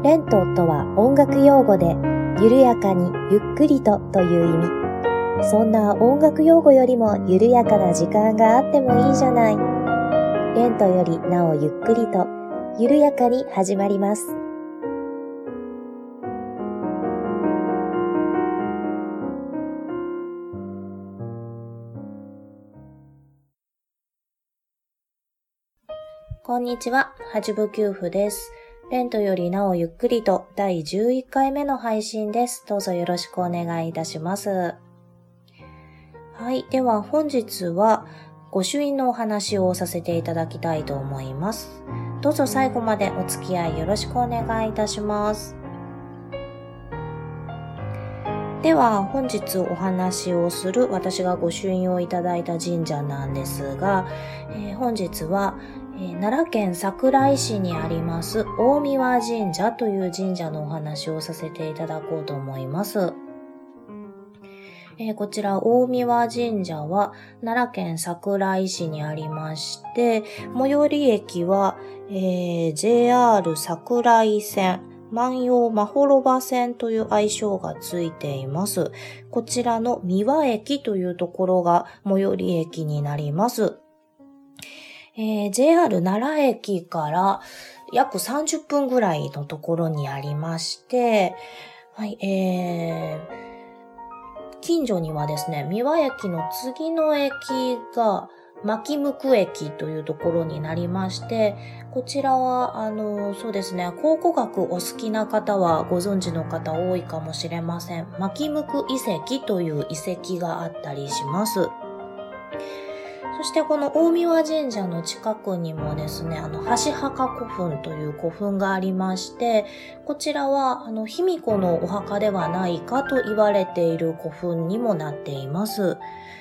レントとは音楽用語で、緩やかにゆっくりとという意味。そんな音楽用語よりも緩やかな時間があってもいいじゃない。レントよりなおゆっくりと、緩やかに始まります。こんにちは、八部九夫です。レントよりなおゆっくりと第11回目の配信です。どうぞよろしくお願いいたします。はい、では本日は御朱印のお話をさせていただきたいと思います。どうぞ最後までお付き合いよろしくお願いいたします。では本日お話をする私が御朱印をいただいた神社なんですが、本日は奈良県桜井市にあります大神神社という神社のお話をさせていただこうと思います。こちら大神神社は奈良県桜井市にありまして、最寄り駅は、JR 桜井線万葉まほろば線という愛称がついています。こちらの三輪駅というところが最寄り駅になります。JR 奈良駅から約30分ぐらいのところにありまして、はい、近所にはですね、三輪駅の次の駅が牧向駅というところになりまして、こちらはそうですね、考古学お好きな方はご存知の方多いかもしれません。牧向遺跡という遺跡があったりします。そしてこの大神神社の近くにもですね、箸墓古墳という古墳がありまして、こちらは卑弥呼のお墓ではないかと言われている古墳にもなっています。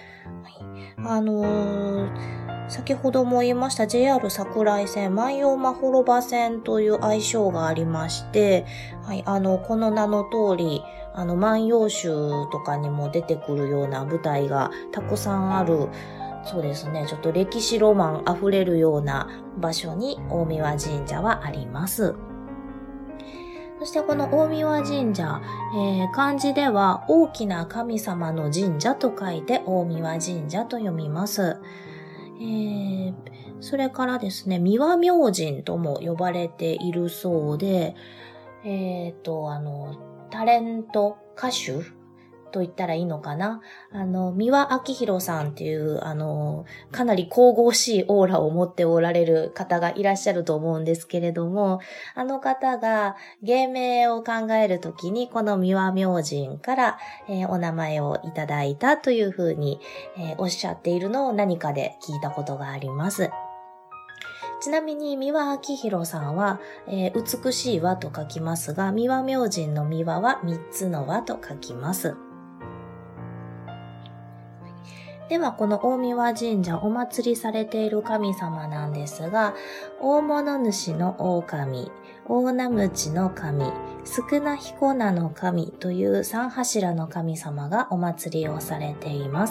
先ほども言いました JR 桜井線万葉まほろば線という愛称がありまして、はい、この名の通り、万葉集とかにも出てくるような舞台がたくさんある、そうですね、ちょっと歴史ロマンあふれるような場所に大神神社はあります。そしてこの大神神社、漢字では大きな神様の神社と書いて大神神社と読みます。それからですね、三輪明神とも呼ばれているそうで、タレント歌手と言ったらいいのかな、三輪明宏さんっていう、かなり神々しいオーラを持っておられる方がいらっしゃると思うんですけれども、あの方が芸名を考えるときに、この三輪明神から、お名前をいただいたというふうに、おっしゃっているのを何かで聞いたことがあります。ちなみに三輪明宏さんは、美しい輪と書きますが、三輪明神の三輪は三つの輪と書きます。ではこの大神神社お祭りされている神様なんですが、大物主の狼、大名鞭の神、宿名彦名の神という三柱の神様がお祭りをされています。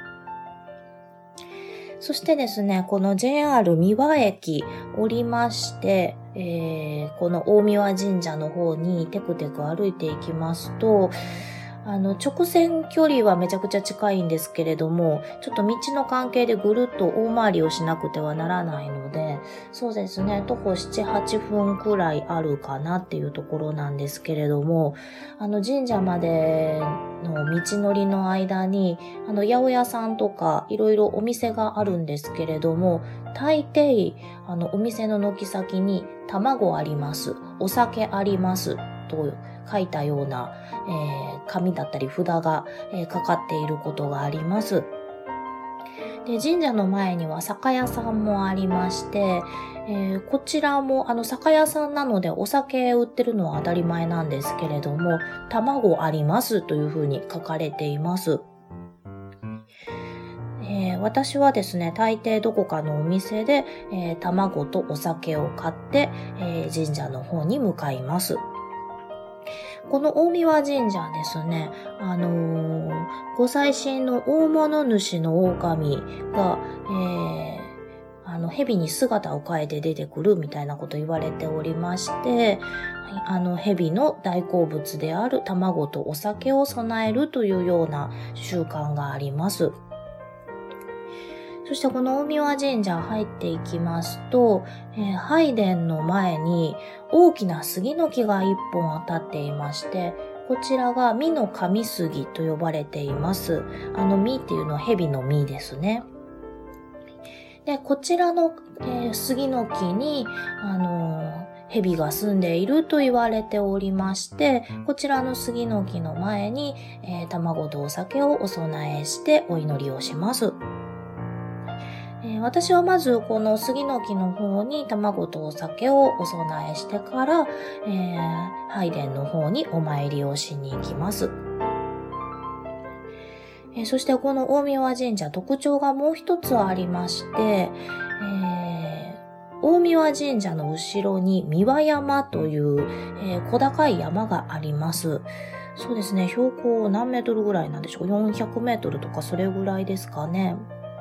そしてですね、この JR 三輪駅降りまして、この大神神社の方にテクテク歩いていきますと、直線距離はめちゃくちゃ近いんですけれども、ちょっと道の関係でぐるっと大回りをしなくてはならないので、そうですね、徒歩7、8分くらいあるかなっていうところなんですけれども、神社までの道のりの間に、八百屋さんとかいろいろお店があるんですけれども、大抵、お店の軒先に卵あります、お酒ありますと書いたような、紙だったり札が、かかっていることがあります。で、神社の前には酒屋さんもありまして、こちらも酒屋さんなのでお酒売ってるのは当たり前なんですけれども、卵ありますというふうに書かれています。私はですね、大抵どこかのお店で、卵とお酒を買って、神社の方に向かいます。この大神神社ですね、ご祭神の大物主の狼が、 蛇に姿を変えて出てくるみたいなこと言われておりまして、蛇の大好物である卵とお酒を備えるというような習慣があります。そしてこの大神神社入っていきますと、拝殿の前に大きな杉の木が一本立っていまして、こちらが実の神杉と呼ばれています。実っていうのは蛇の実ですね。で、こちらの、杉の木に、蛇が住んでいると言われておりまして、こちらの杉の木の前に、卵とお酒をお供えしてお祈りをします。私はまずこの杉の木の方に卵とお酒をお供えしてから、拝殿の方にお参りをしに行きます。そしてこの大神神社特徴がもう一つありまして、大神神社の後ろに三輪山という、小高い山があります。そうですね、標高何メートルぐらいなんでしょう。400メートルとかそれぐらいですかね。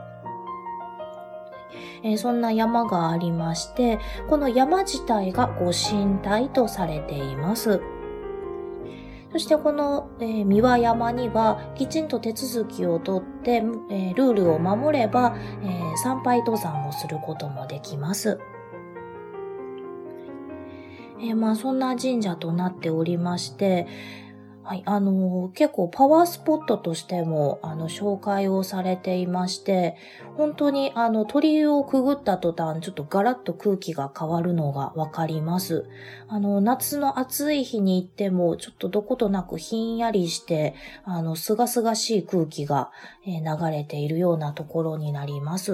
そんな山がありまして、この山自体がご神体とされています。そしてこの、三輪山にはきちんと手続きをとって、ルールを守れば、参拝登山をすることもできます。そんな神社となっておりまして、はい、結構パワースポットとしても、紹介をされていまして、本当に、鳥居をくぐった途端、ちょっとガラッと空気が変わるのがわかります。夏の暑い日に行っても、ちょっとどことなくひんやりして、すがすがしい空気が、流れているようなところになります。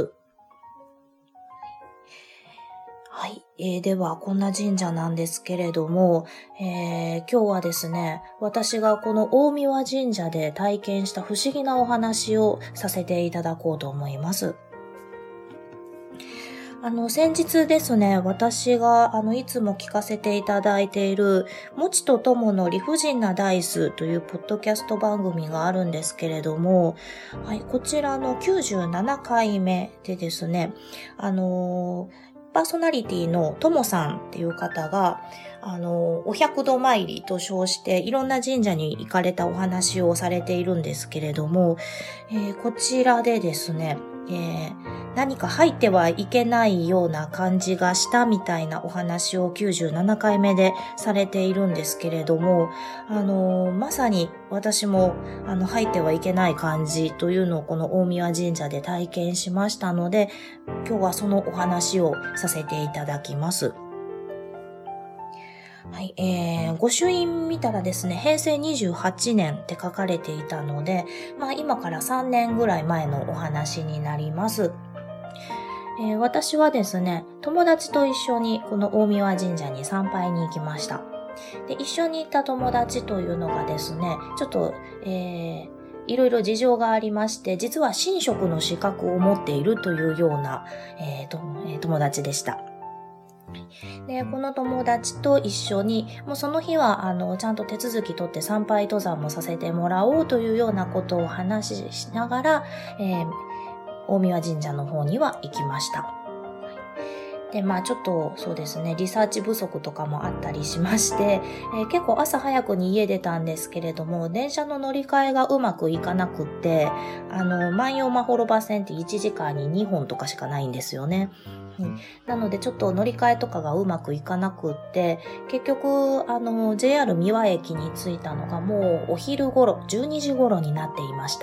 はい。では、こんな神社なんですけれども、今日はですね、私がこの大神神社で体験した不思議なお話をさせていただこうと思います。先日ですね、私が、いつも聞かせていただいている、もちとともの理不尽なダイスというポッドキャスト番組があるんですけれども、はい、こちらの97回目でですね、パーソナリティのともさんっていう方が、お百度参りと称していろんな神社に行かれたお話をされているんですけれども、こちらでですね、何か入ってはいけないような感じがしたみたいなお話を97回目でされているんですけれども、まさに私も入ってはいけない感じというのをこの大神神社で体験しましたので、今日はそのお話をさせていただきます。はい、御朱印見たらですね、平成28年って書かれていたので、今から3年ぐらい前のお話になります。私はですね、友達と一緒にこの大神神社に参拝に行きました。で、一緒に行った友達というのがですね、ちょっと、いろいろ事情がありまして、実は神職の資格を持っているというような、友達でした。で、この友達と一緒に、もうその日は、ちゃんと手続き取って参拝登山もさせてもらおうというようなことを話しながら、大神神社の方には行きました。で、ちょっとそうですね、リサーチ不足とかもあったりしまして、結構朝早くに家出たんですけれども、電車の乗り換えがうまくいかなくって、万葉まほろば線って1時間に2本とかしかないんですよね。なのでちょっと乗り換えとかがうまくいかなくって、結局、JR 三輪駅に着いたのがもうお昼頃、12時頃になっていました。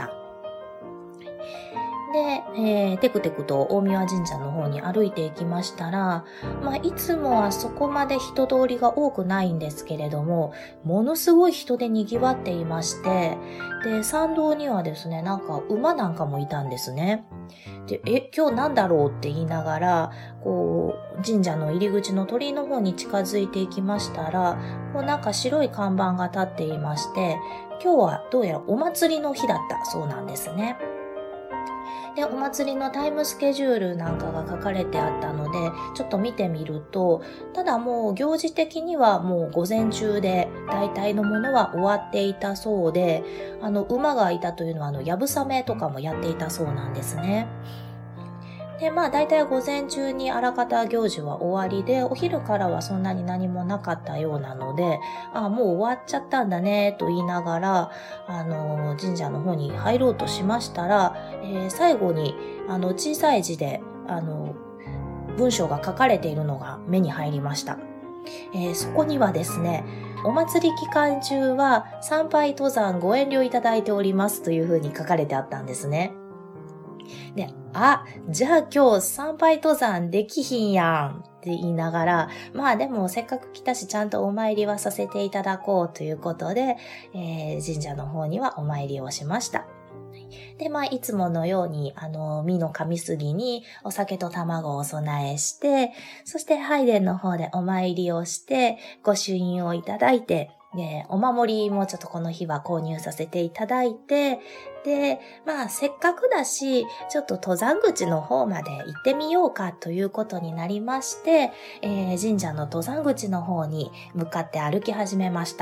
で、テクテクと大神神社の方に歩いていきましたら、いつもはそこまで人通りが多くないんですけれども、ものすごい人で賑わっていまして、で、参道にはですね、なんか馬なんかもいたんですね。で、今日なんだろうって言いながら、神社の入り口の鳥居の方に近づいていきましたら、なんか白い看板が立っていまして、今日はどうやらお祭りの日だったそうなんですね。で、お祭りのタイムスケジュールなんかが書かれてあったので、ちょっと見てみると、ただもう行事的にはもう午前中で大体のものは終わっていたそうで、馬がいたというのはやぶさめとかもやっていたそうなんですね。 で、だいたい午前中にあらかた行事は終わりで、お昼からはそんなに何もなかったようなので、もう終わっちゃったんだね、と言いながら、神社の方に入ろうとしましたら、最後に、小さい字で、文章が書かれているのが目に入りました。そこにはですね、お祭り期間中は参拝登山ご遠慮いただいておりますというふうに書かれてあったんですね。で、じゃあ今日参拝登山できひんやんって言いながら、でもせっかく来たしちゃんとお参りはさせていただこうということで、神社の方にはお参りをしました。で、いつものように、実の神杉にお酒と卵をお供えして、そして拝殿の方でお参りをして、御朱印をいただいて、お守りもちょっとこの日は購入させていただいて、で、せっかくだし、ちょっと登山口の方まで行ってみようかということになりまして、神社の登山口の方に向かって歩き始めました。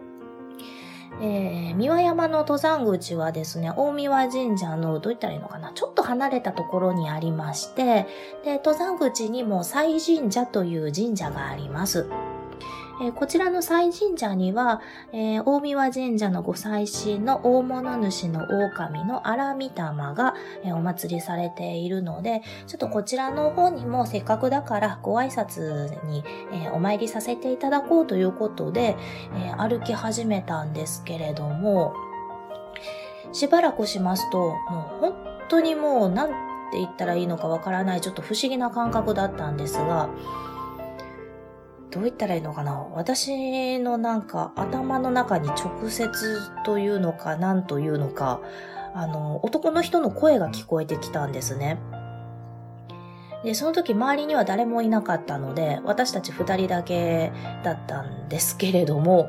三輪山の登山口はですね、大三輪神社のどう言ったらいいのかな、ちょっと離れたところにありまして、で、登山口にも西神社という神社があります。こちらの西神社には、大三輪神社のご祭神の大物主の狼の荒御霊が、お祭りされているので、ちょっとこちらの方にもせっかくだからご挨拶に、お参りさせていただこうということで、歩き始めたんですけれども、しばらくしますと、もう本当にもうなんて言ったらいいのかわからない、ちょっと不思議な感覚だったんですが、どう言ったらいいのかな、私の頭の中に直接というのか何というのか、男の人の声が聞こえてきたんですね。で、その時周りには誰もいなかったので、私たち2人だけだったんですけれども、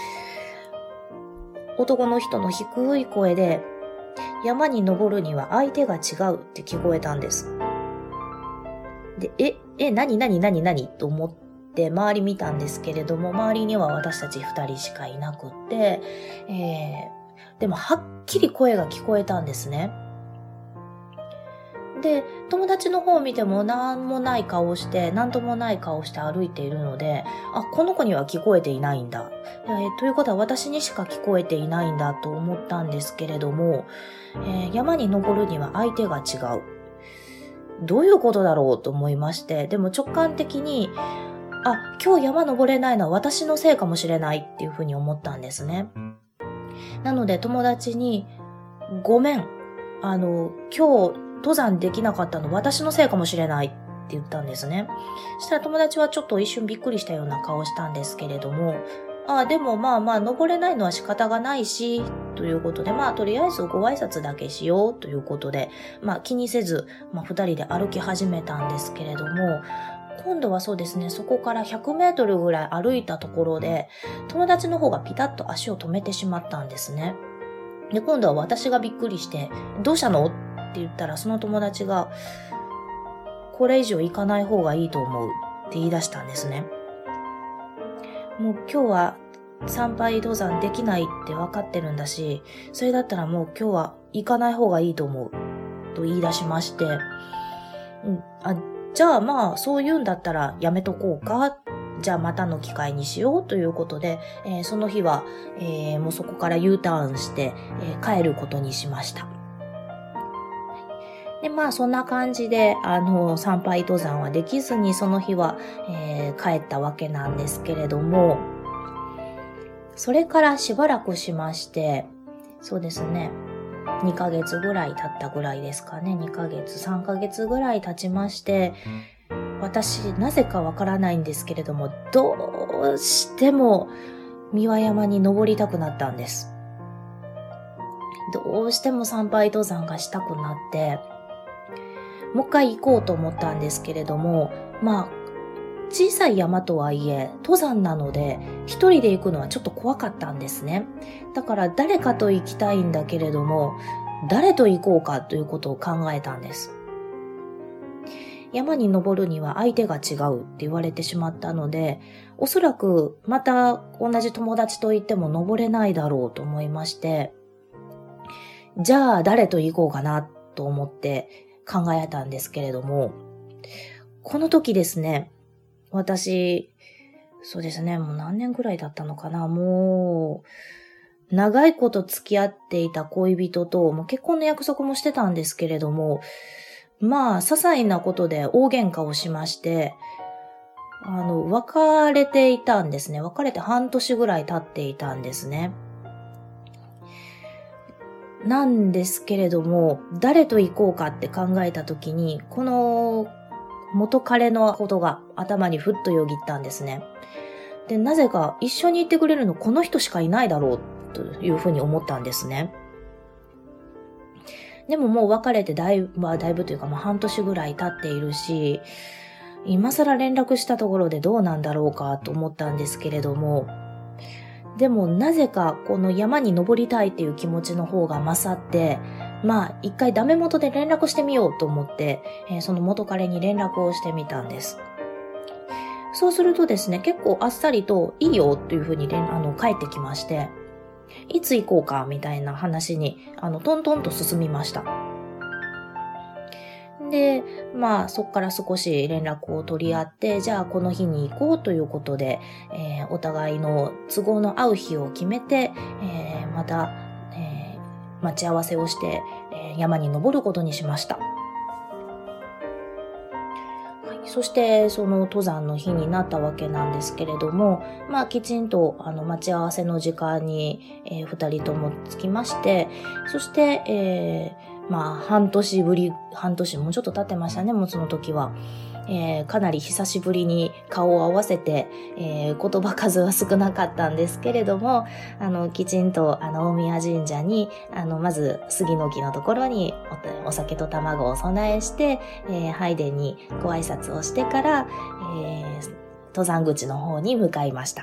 男の人の低い声で、山に登るには相手が違うって聞こえたんです。で、何と思って、周り見たんですけれども、周りには私たち2人しかいなくって、でもはっきり声が聞こえたんですね。で、友達の方を見てもなんともない顔して歩いているので、この子には聞こえていないんだ。ということは私にしか聞こえていないんだと思ったんですけれども、山に登るには相手が違う。どういうことだろうと思いまして、でも直感的に、今日山登れないのは私のせいかもしれないっていうふうに思ったんですね。なので友達に、ごめん、今日登山できなかったの私のせいかもしれないって言ったんですね。そしたら友達はちょっと一瞬びっくりしたような顔をしたんですけれども、でも登れないのは仕方がないし、ということで、とりあえずご挨拶だけしようということで、気にせず、二人で歩き始めたんですけれども、今度はそうですね、そこから100メートルぐらい歩いたところで、友達の方がピタッと足を止めてしまったんですね。で、今度は私がびっくりして、どうしたのって言ったら、その友達が、これ以上行かない方がいいと思うって言い出したんですね。もう今日は参拝登山できないって分かってるんだし、それだったらもう今日は行かない方がいいと思うと言い出しまして、じゃあそう言うんだったらやめとこうか。じゃあまたの機会にしようということで、その日は、もうそこから U ターンして、帰ることにしました。で、そんな感じで、参拝登山はできずにその日は、帰ったわけなんですけれども、それからしばらくしまして、そうですね、2ヶ月ぐらい経ったぐらいですかね。2ヶ月、3ヶ月ぐらい経ちまして、私、なぜかわからないんですけれども、どうしても三輪山に登りたくなったんです。どうしても参拝登山がしたくなって、もう一回行こうと思ったんですけれども、小さい山とはいえ、登山なので、一人で行くのはちょっと怖かったんですね。だから誰かと行きたいんだけれども、誰と行こうかということを考えたんです。山に登るには相手が違うって言われてしまったので、おそらくまた同じ友達と行っても登れないだろうと思いまして、じゃあ誰と行こうかなと思って考えたんですけれども、この時ですね、私、そうですね、もう何年ぐらいだったのかな、もう、長いこと付き合っていた恋人と、もう結婚の約束もしてたんですけれども、まあ、些細なことで大喧嘩をしまして、別れていたんですね。別れて半年ぐらい経っていたんですね。なんですけれども、誰と行こうかって考えたときに、この元彼のことが頭にふっとよぎったんですね。で、なぜか一緒に行ってくれるのこの人しかいないだろうというふうに思ったんですね。でももう別れてだいぶというかもう半年ぐらい経っているし、今更連絡したところでどうなんだろうかと思ったんですけれども、でもなぜかこの山に登りたいっていう気持ちの方が勝って、まあ一回ダメ元で連絡してみようと思って、その元彼に連絡をしてみたんです。そうするとですね、結構あっさりといいよっていうふうに返ってきまして、いつ行こうかみたいな話にトントンと進みました。で、まあそこから少し連絡を取り合って、じゃあこの日に行こうということで、お互いの都合の合う日を決めて、また、待ち合わせをして、山に登ることにしました。そしてその登山の日になったわけなんですけれども、まあきちんと待ち合わせの時間に、二人とも着きまして、そして、まあ半年もうちょっと経ってましたね、もうその時は。かなり久しぶりに顔を合わせて、言葉数は少なかったんですけれども、きちんと大宮神社にまず杉の木のところにお酒と卵をお供えして、拝殿にご挨拶をしてから、登山口の方に向かいました。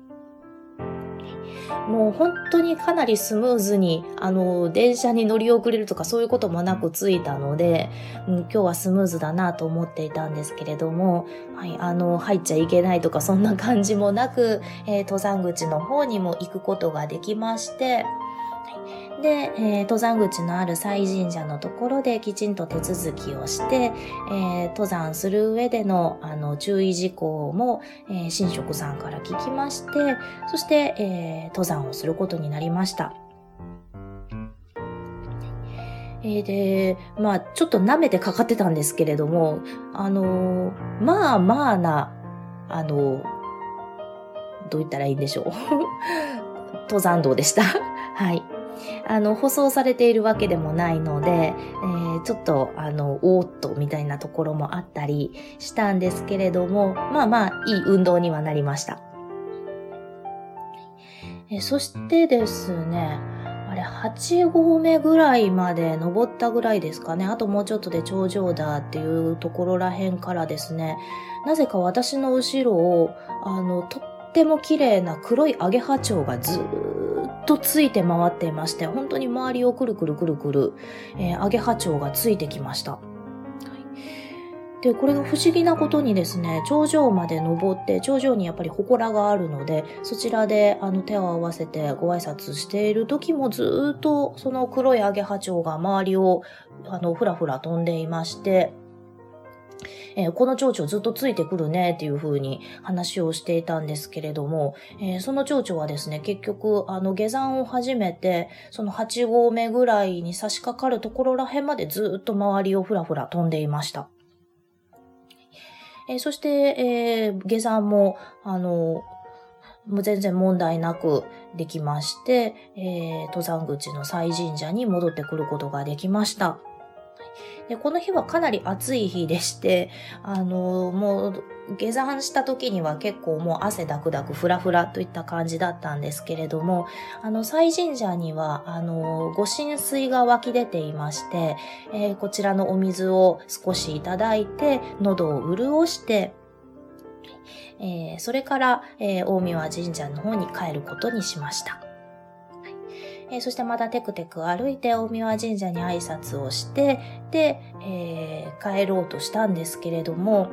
もう本当にかなりスムーズに電車に乗り遅れるとかそういうこともなく着いたので、今日はスムーズだなと思っていたんですけれども、はい、入っちゃいけないとかそんな感じもなく、登山口の方にも行くことができまして、で、登山口のある西神社のところできちんと手続きをして、登山する上での注意事項も、神職さんから聞きまして、そして、登山をすることになりました。で、まあちょっと舐めてかかってたんですけれども、まあまあな、どう言ったらいいんでしょう。登山道でした。はい。舗装されているわけでもないので、ちょっと、おーっとみたいなところもあったりしたんですけれども、まあまあ、いい運動にはなりました。そしてですね、8合目ぐらいまで登ったぐらいですかね。あともうちょっとで頂上だっていうところらへんからですね、なぜか私の後ろを、とっても綺麗な黒いアゲハチョウがずーっとついて回っていまして、本当に周りをくるくるくるくる、アゲハチョウがついてきました。で、これが不思議なことにですね、頂上まで登って、頂上にやっぱり祠があるので、そちらで手を合わせてご挨拶している時もずーっとその黒いアゲハチョウが周りをふらふら飛んでいまして、この蝶々ずっとついてくるねっていう風に話をしていたんですけれども、その蝶々はですね、結局下山を始めて、その8合目ぐらいに差し掛かるところらへんまでずっと周りをふらふら飛んでいました。そして、下山も、もう全然問題なくできまして、登山口の西神社に戻ってくることができました。で、この日はかなり暑い日でして、もう下山した時には結構もう汗だくだくフラフラといった感じだったんですけれども、西神社には、ご神水が湧き出ていまして、こちらのお水を少しいただいて、喉を潤して、それから、大宮神社の方に帰ることにしました。そしてまたテクテク歩いて大宮神社に挨拶をして、で、帰ろうとしたんですけれども、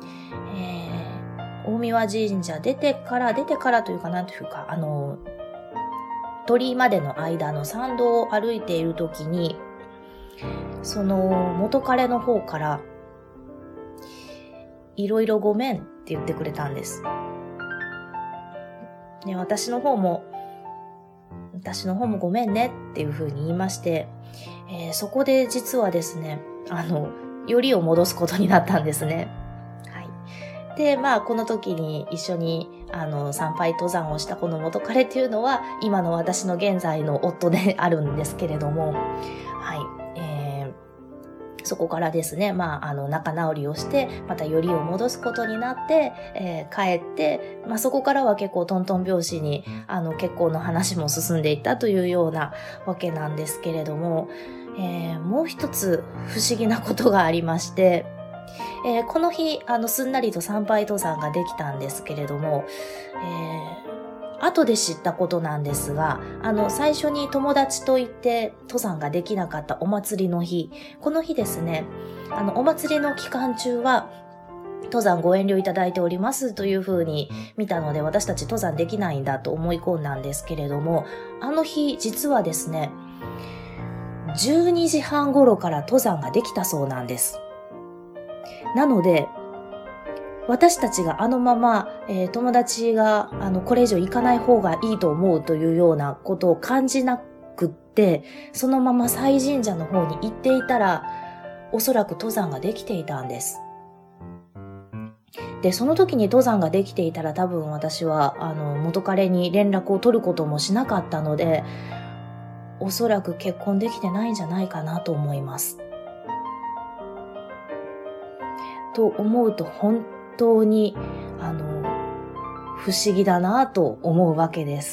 大宮神社出てからというかなんというか、鳥居までの間の参道を歩いているときに、 その元彼の方から、いろいろごめんって言ってくれたんです。で、私の方もごめんねっていう風に言いまして、そこで実はですね、よりを戻すことになったんですね。はい。で、この時に一緒に、参拝登山をしたこの元彼っていうのは、今の私の現在の夫であるんですけれども、はい。そこからですね、仲直りをして、またよりを戻すことになって、帰って、そこからは結構トントン拍子に、結婚の話も進んでいったというようなわけなんですけれども、もう一つ不思議なことがありまして、この日、すんなりと参拝登山ができたんですけれども、後で知ったことなんですが、最初に友達と行って登山ができなかったお祭りの日、この日ですね、お祭りの期間中は、登山ご遠慮いただいておりますという風に見たので、私たち登山できないんだと思い込んだんですけれども、あの日、実はですね、12時半頃から登山ができたそうなんです。なので、私たちがあのまま、友達がこれ以上行かない方がいいと思うというようなことを感じなくって、そのまま西神社の方に行っていたら、おそらく登山ができていたんです。で、その時に登山ができていたら多分私は元彼に連絡を取ることもしなかったので、おそらく結婚できてないんじゃないかなと思います。と思うと本当に不思議だなと思うわけです。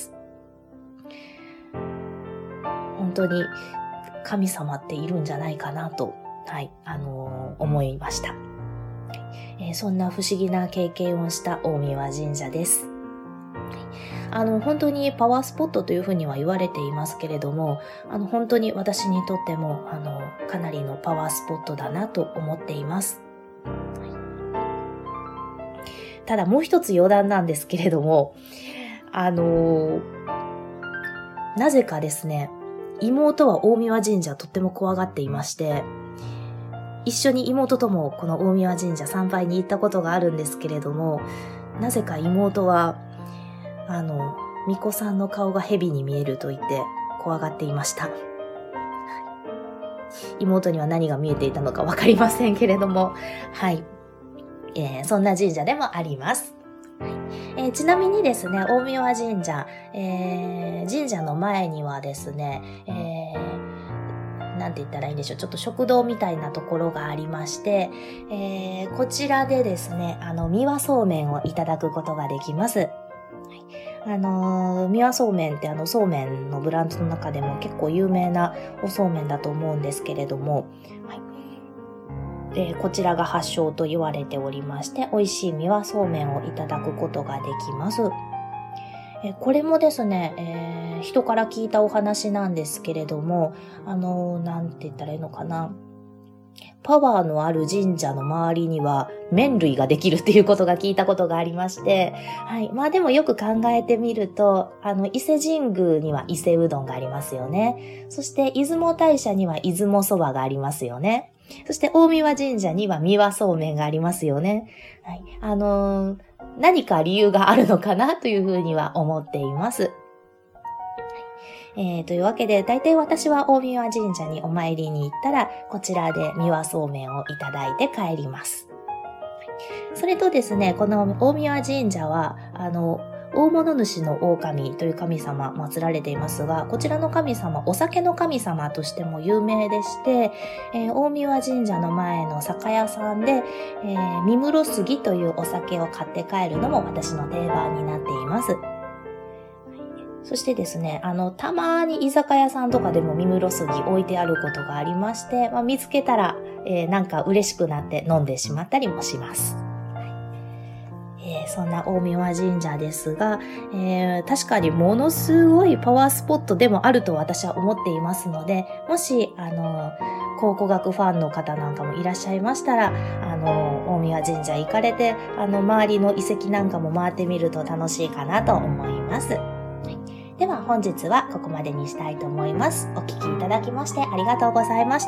本当に神様っているんじゃないかなと、思いました。そんな不思議な経験をした大神神社です。本当にパワースポットというふうには言われていますけれども、本当に私にとってもかなりのパワースポットだなと思っています。ただもう一つ余談なんですけれども、なぜかですね、妹は大神神社とっても怖がっていまして、一緒に妹ともこの大神神社参拝に行ったことがあるんですけれども、なぜか妹は、巫女さんの顔が蛇に見えると言って怖がっていました。妹には何が見えていたのかわかりませんけれども、はい。そんな神社でもあります。ちなみにですね、大神神社、神社の前にはですね、なんて言ったらいいんでしょう、ちょっと食堂みたいなところがありまして、こちらでですね、三輪そうめんをいただくことができます。三輪そうめんってそうめんのブランドの中でも結構有名なおそうめんだと思うんですけれども、こちらが発祥と言われておりまして、美味しい三輪そうめんをいただくことができます。これもですね、人から聞いたお話なんですけれども、なんて言ったらいいのかな。パワーのある神社の周りには麺類ができるっていうことが聞いたことがありまして、はい。でもよく考えてみると、伊勢神宮には伊勢うどんがありますよね。そして出雲大社には出雲そばがありますよね。そして大神神社には三輪そうめんがありますよね。はい。何か理由があるのかなというふうには思っています。というわけで、大体私は大神神社にお参りに行ったら、こちらで三輪そうめんをいただいて帰ります。それとですね、この大神神社は、大物主の狼という神様祀られていますが、こちらの神様、お酒の神様としても有名でして、大神神社の前の酒屋さんで、三室杉というお酒を買って帰るのも私の定番になっています。そしてですね、たまに居酒屋さんとかでも三室杉置いてあることがありまして、見つけたら、なんか嬉しくなって飲んでしまったりもします。そんな大神神社ですが、確かにものすごいパワースポットでもあると私は思っていますので、もし、考古学ファンの方なんかもいらっしゃいましたら、大神神社行かれて、周りの遺跡なんかも回ってみると楽しいかなと思います。ででは本日はここまでにしたいと思います。お聞きいただきましてありがとうございました。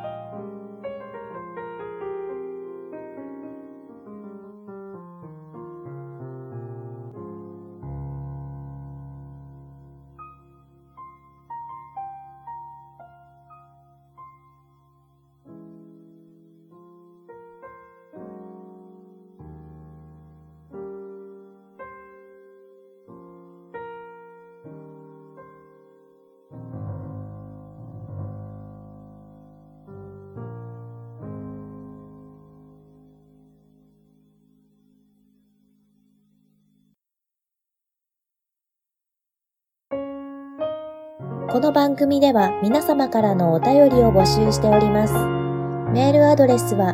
この番組では皆様からのお便りを募集しております。メールアドレスは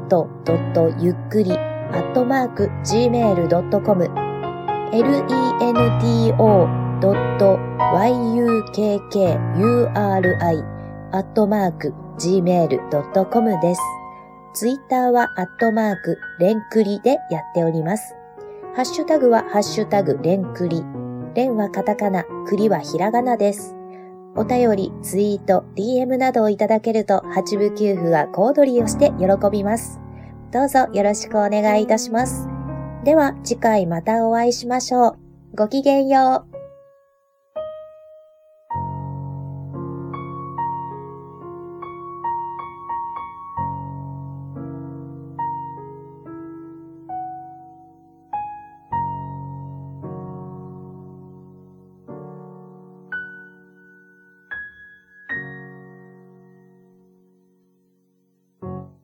lento.yukkuri@gmail.com lento.yukkuri@gmail.com です。ツイッターはレンクリでやっております。ハッシュタグはハッシュタグレンクリ。レンはカタカナ、クリはひらがなです。お便り、ツイート、DM などをいただけると八部九夫が小躍りをして喜びます。どうぞよろしくお願いいたします。では次回またお会いしましょう。ごきげんよう。